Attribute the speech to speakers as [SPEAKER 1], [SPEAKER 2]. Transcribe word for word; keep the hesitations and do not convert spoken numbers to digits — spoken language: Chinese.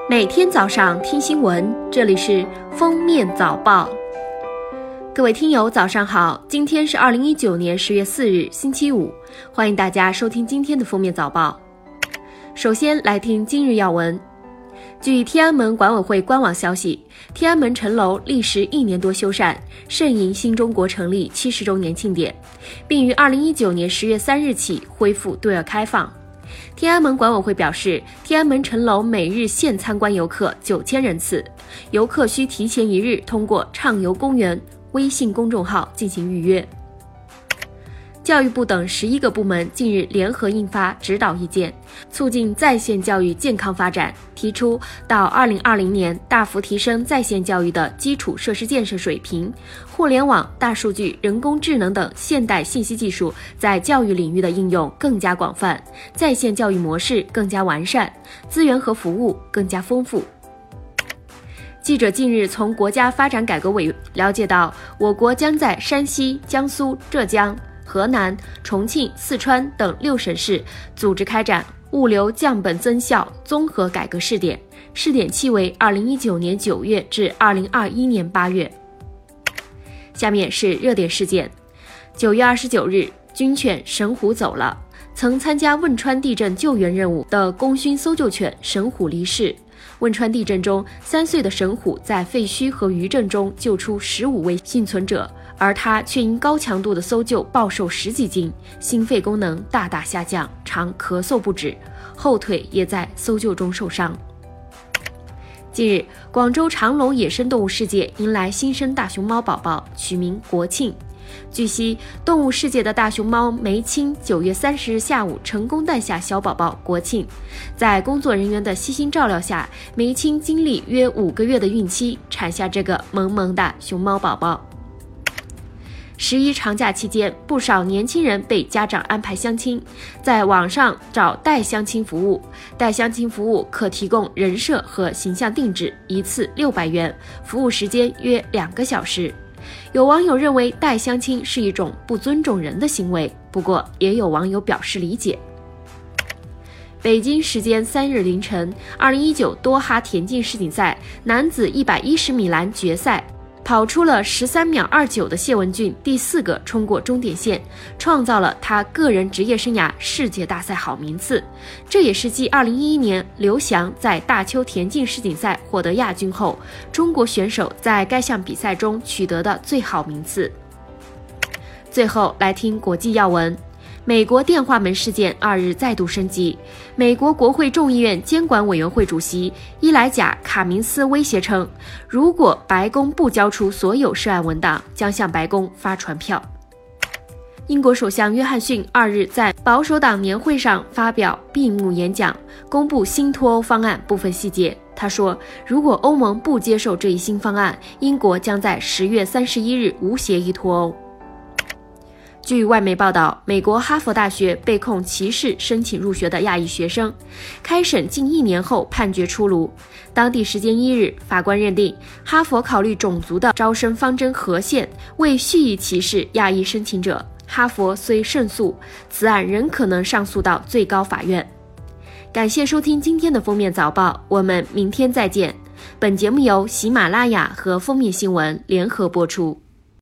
[SPEAKER 1] 每天早上听新闻，这里是封面早报。各位听友早上好，今天是二零一九年十月四日星期五，欢迎大家收听今天的封面早报。首先来听今日要闻。据天安门管委会官网消息，天安门城楼历时一年多修缮，盛迎新中国成立七十周年庆典，并于二零一九年十月三日起恢复对外开放。天安门管委会表示，天安门城楼每日限参观游客九千人次，游客需提前一日通过畅游公园微信公众号进行预约。教育部等十一个部门近日联合印发指导意见，促进在线教育健康发展，提出到二零二零年大幅提升在线教育的基础设施建设水平，互联网、大数据、人工智能等现代信息技术在教育领域的应用更加广泛，在线教育模式更加完善，资源和服务更加丰富。记者近日从国家发展改革委了解到，我国将在山西、江苏、浙江、河南、重庆、四川等六省市组织开展物流降本增效综合改革试点，试点期为二零一九年九月至二零二一年八月。下面是热点事件。九月二十九日，军犬神虎走了。曾参加汶川地震救援任务的功勋搜救犬神虎离世。汶川地震中，三岁的神虎在废墟和余震中救出十五位幸存者，而他却因高强度的搜救暴瘦十几斤，心肺功能大大下降，常咳嗽不止，后腿也在搜救中受伤。近日，广州长隆野生动物世界迎来新生大熊猫宝宝，取名国庆。据悉，动物世界的大熊猫梅青九月三十日下午成功诞下小宝宝国庆。在工作人员的悉心照料下，梅青经历约五个月的孕期，产下这个萌萌的熊猫宝宝。十一长假期间，不少年轻人被家长安排相亲，在网上找代相亲服务。代相亲服务可提供人设和形象定制，一次六百元，服务时间约两个小时。有网友认为代相亲是一种不尊重人的行为，不过也有网友表示理解。北京时间三日凌晨，二零一九多哈田径世锦赛男子一百一十米栏决赛，跑出了十三秒二九的谢文俊第四个冲过终点线，创造了他个人职业生涯世界大赛好名次。这也是继二零一一年刘翔在大邱田径世锦赛获得亚军后，中国选手在该项比赛中取得的最好名次。最后来听国际要闻。美国电话门事件二日再度升级。美国国会众议院监管委员会主席伊莱贾·卡明斯威胁称，如果白宫不交出所有涉案文档，将向白宫发传票。英国首相约翰逊二日在保守党年会上发表闭幕演讲，公布新脱欧方案部分细节。他说，如果欧盟不接受这一新方案，英国将在十月三十一日无协议脱欧。据外媒报道，美国哈佛大学被控歧视申请入学的亚裔学生，开审近一年后判决出炉。当地时间一日，法官认定哈佛考虑种族的招生方针合宪，未蓄意歧视亚裔申请者。哈佛虽胜诉，此案仍可能上诉到最高法院。感谢收听今天的封面早报，我们明天再见。本节目由喜马拉雅和封面新闻联合播出。